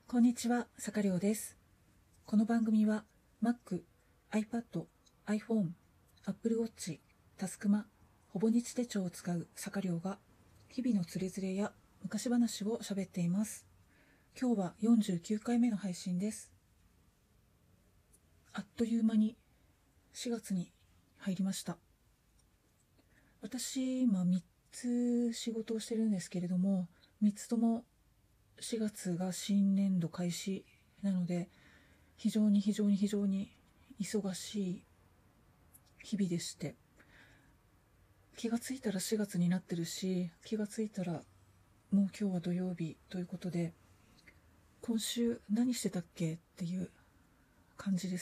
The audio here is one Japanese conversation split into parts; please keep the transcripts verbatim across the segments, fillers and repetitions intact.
こんにちは、さかりょうです。この番組は Mac、iPad、iPhone、Apple Watch、タスクマ、ほぼ日手帳を使うさかりょうが日々のつれづれや昔話を喋っています。今日はよんじゅうきゅうかいめの配信です。あっという間にしがつに入りました。私、今みっつ仕事をしてるんですけれども、みっつともしがつが新年度開始なので、非常に非常に非常に忙しい日々でして、気がついたらしがつになってるし、気がついたらもう今日は土曜日ということで、今週何してたっけっていう感じです。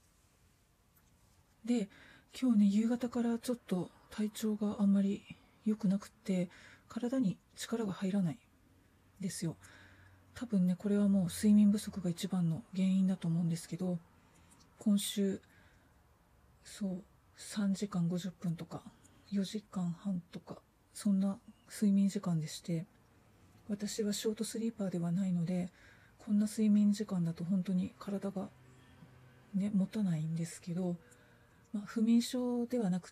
で、今日ね、夕方からちょっと体調があんまり良くなくって、体に力が入らないですよ。多分ね、これはもう睡眠不足が一番の原因だと思うんですけど、今週そうさんじかんごじゅっぷんとかよじかんはんとか、そんな睡眠時間でして、私はショートスリーパーではないので、こんな睡眠時間だと本当に体がね持たないんですけど、まあ、不眠症ではなくって、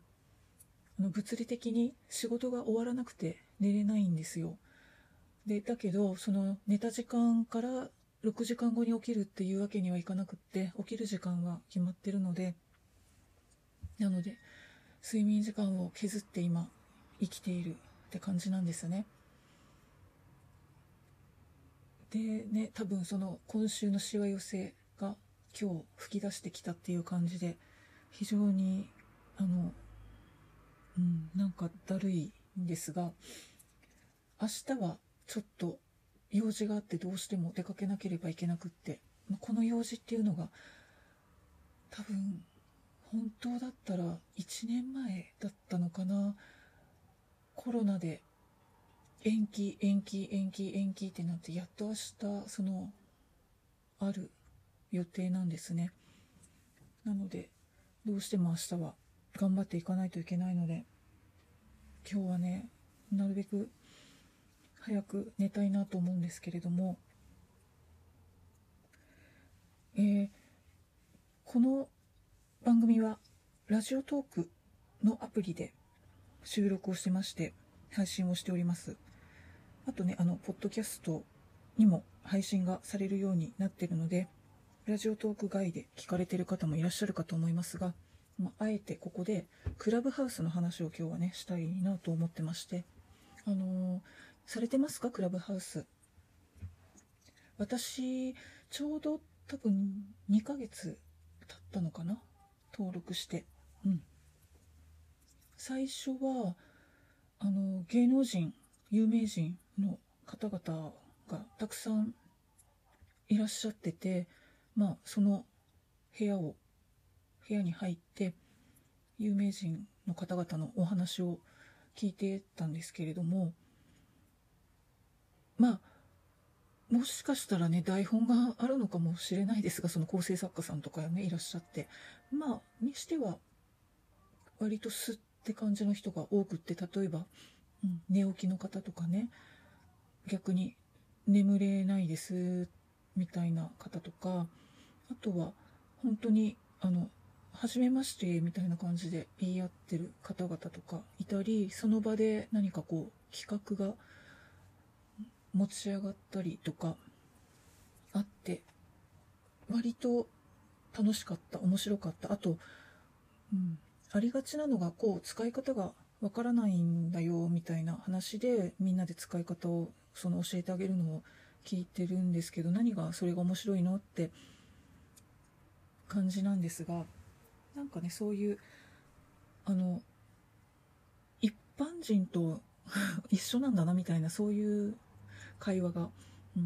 あの物理的に仕事が終わらなくて寝れないんですよ。でだけど、その寝た時間からろくじかんごに起きるっていうわけにはいかなくって、起きる時間は決まってるので、なので睡眠時間を削って今生きているって感じなんですね。でね、多分その今週のしわ寄せが今日吹き出してきたっていう感じで、非常にあのうんなんかだるいんですが、明日はちょっと用事があってどうしても出かけなければいけなくって、この用事っていうのが多分本当だったらいちねんまえだったのかな。コロナで延期延期延期延期ってなって、やっと明日そのある予定なんですね。なのでどうしても明日は頑張っていかないといけないので、今日はねなるべく早く寝たいなと思うんですけれども、えー、この番組はラジオトークのアプリで収録をしてまして、配信をしております。あとね、あのポッドキャストにも配信がされるようになっているので、ラジオトーク外で聞かれている方もいらっしゃるかと思いますが、まあ、あえてここでクラブハウスの話を今日はねしたいなと思ってまして、あのー、されてますか、クラブハウス。私ちょうど多分にかげつ経ったのかな、登録して。うん、最初はあの芸能人、有名人の方々がたくさんいらっしゃってて、まあその部屋を部屋に入って有名人の方々のお話を聞いてたんですけれども、まあもしかしたらね台本があるのかもしれないですが、その構成作家さんとかねいらっしゃって、まあにしては割と素って感じの人が多くって、例えば、うん、寝起きの方とかね、逆に眠れないですみたいな方とか、あとは本当にあの初めましてみたいな感じで言い合ってる方々とかいたり、その場で何かこう企画が持ち上がったりとかあって、割と楽しかった、面白かった。あと、うん、ありがちなのがこう使い方がわからないんだよみたいな話で、みんなで使い方をその教えてあげるのを聞いてるんですけど、何がそれが面白いのって感じなんですが、なんかねそういうあの一般人と一緒なんだなみたいな、そういう会話が、うん、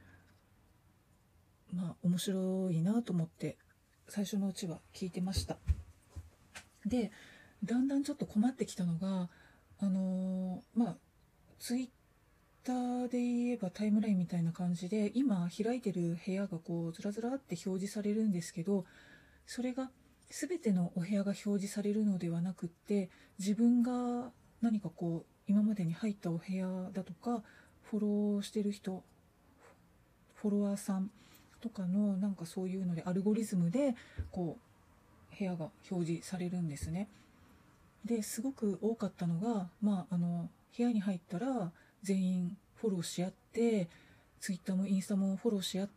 まあ面白いなと思って最初のうちは聞いてました。でだんだんちょっと困ってきたのが、あのー、まあツイッターで言えばタイムラインみたいな感じで、今開いてる部屋がこうずらずらって表示されるんですけど、それが全てのお部屋が表示されるのではなくって、自分が何かこう今までに入ったお部屋だとか、フォローしてる人フォロワーさんとかのなんかそういうのでアルゴリズムでこう部屋が表示されるんですね。ですごく多かったのが、まあ、あの部屋に入ったら全員フォローし合って、ツイッターもインスタもフォローし合って、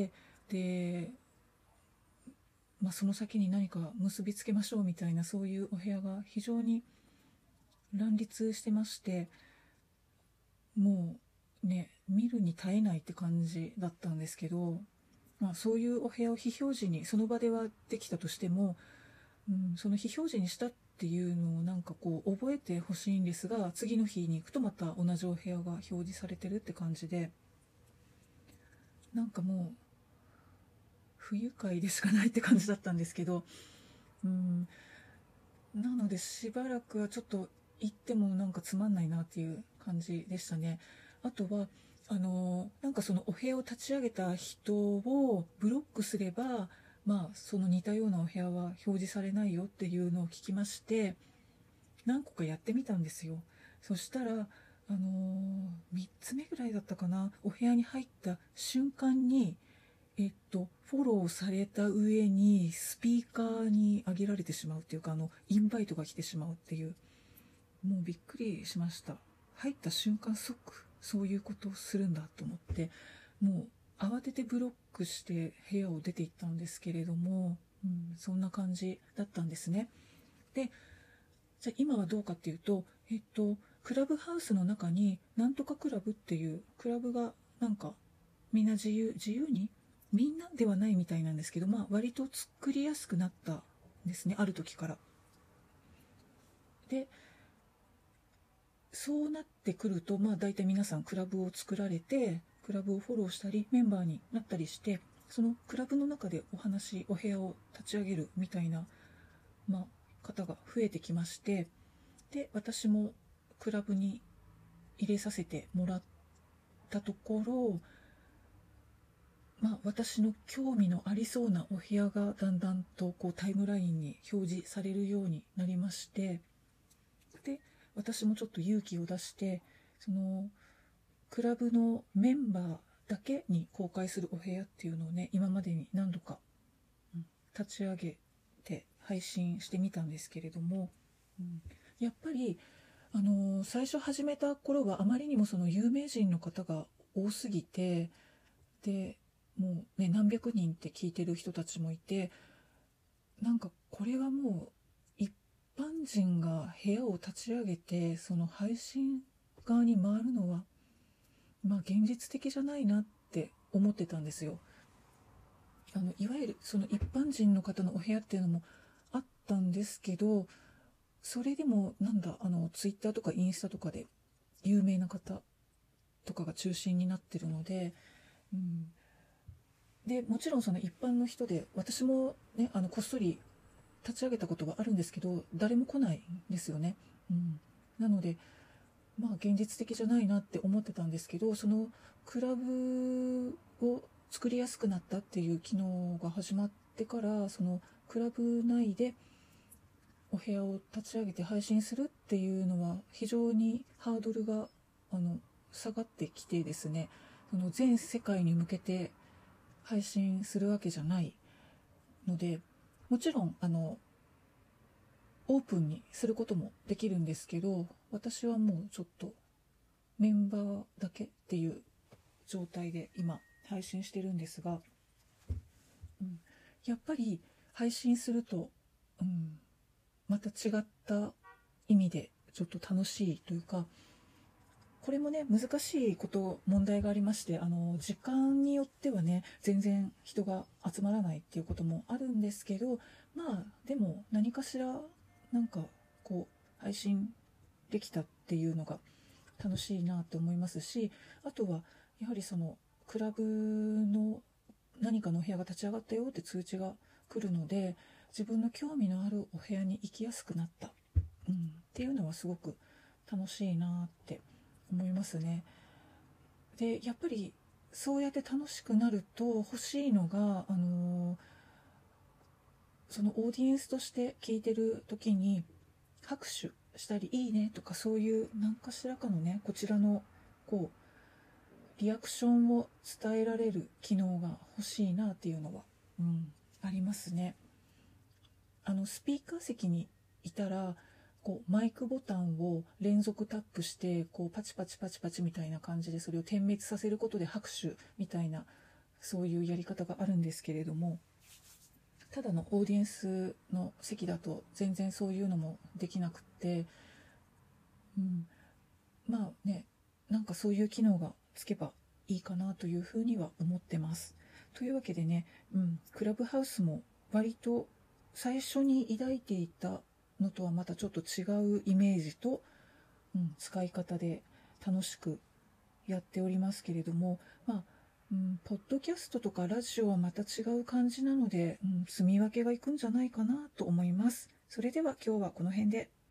で、まあ、その先に何か結びつけましょうみたいな、そういうお部屋が非常に乱立してまして、もうね見るに耐えないって感じだったんですけど、まあ、そういうお部屋を非表示にその場ではできたとしても、うん、その非表示にしたっていうのをなんかこう覚えてほしいんですが、次の日に行くとまた同じお部屋が表示されてるって感じで、なんかもう不愉快でしかないって感じだったんですけど、うん、なのでしばらくはちょっと行ってもなんかつまんないなっていう感じでしたね。あとはあのなんかそのお部屋を立ち上げた人をブロックすれば、まあその似たようなお部屋は表示されないよっていうのを聞きまして、何個かやってみたんですよ。そしたらあのみっつめぐらいだったかな、お部屋に入った瞬間にえっと、フォローされた上にスピーカーに上げられてしまうっていうか、あのインバイトが来てしまうっていう、もうびっくりしました。入った瞬間即そういうことをするんだと思って、もう慌ててブロックして部屋を出て行ったんですけれども、うん、そんな感じだったんですね。で、じゃあ今はどうかっていうと、えっとクラブハウスの中になんとかクラブっていうクラブがなんかみんな自由自由に、みんなではないみたいなんですけど、まあ割と作りやすくなったんですね、ある時から。でそうなってくると、まあ大体皆さんクラブを作られて、クラブをフォローしたりメンバーになったりして、そのクラブの中でお話お部屋を立ち上げるみたいな、まあ、方が増えてきまして、で私もクラブに入れさせてもらったところ、まあ、私の興味のありそうなお部屋がだんだんとこうタイムラインに表示されるようになりまして、で私もちょっと勇気を出して、そのクラブのメンバーだけに公開するお部屋っていうのをね、今までに何度か立ち上げて配信してみたんですけれども、うん、やっぱりあの最初始めた頃はあまりにもその有名人の方が多すぎて、でもうね何百人って聞いてる人たちもいて、なんかこれはもう一般人が部屋を立ち上げてその配信側に回るのはまあ現実的じゃないなって思ってたんですよ。あのいわゆるその一般人の方のお部屋っていうのもあったんですけど、それでもなんだあのツイッターとかインスタとかで有名な方とかが中心になってるので、うん、でもちろんその一般の人で私もねあのこっそり立ち上げたことがあるんですけど、誰も来ないんですよね。うん、なのでまあ現実的じゃないなって思ってたんですけど、そのクラブを作りやすくなったっていう機能が始まってから、そのクラブ内でお部屋を立ち上げて配信するっていうのは非常にハードルがあの下がってきてですね、その全世界に向けて配信するわけじゃないので、もちろんあのオープンにすることもできるんですけど、私はもうちょっとメンバーだけっていう状態で今配信してるんですが、うん、やっぱり配信すると、うん、また違った意味でちょっと楽しいというか、これもね難しいこと問題がありまして、あの時間によってはね全然人が集まらないっていうこともあるんですけど、まあでも何かしらなんかこう配信できたっていうのが楽しいなと思いますし、あとはやはりそのクラブの何かのお部屋が立ち上がったよって通知が来るので、自分の興味のあるお部屋に行きやすくなった、うん、っていうのはすごく楽しいなって思いますね。でやっぱりそうやって楽しくなると欲しいのが、あのーそのオーディエンスとして聞いてる時に拍手したりいいねとか、そういう何かしらかのねこちらのこうリアクションを伝えられる機能が欲しいなっていうのは、うん、ありますね。あのスピーカー席にいたらこうマイクボタンを連続タップしてこうパチパチパチパチみたいな感じでそれを点滅させることで拍手みたいな、そういうやり方があるんですけれども、ただのオーディエンスの席だと全然そういうのもできなくって、うん、まあね、なんかそういう機能がつけばいいかなというふうには思ってます。というわけでね、うん、クラブハウスも割と最初に抱いていたのとはまたちょっと違うイメージと、うん、使い方で楽しくやっておりますけれども、まあ、うん、ポッドキャストとかラジオはまた違う感じなので、うん、住み分けがいくんじゃないかなと思います。それでは今日はこの辺で。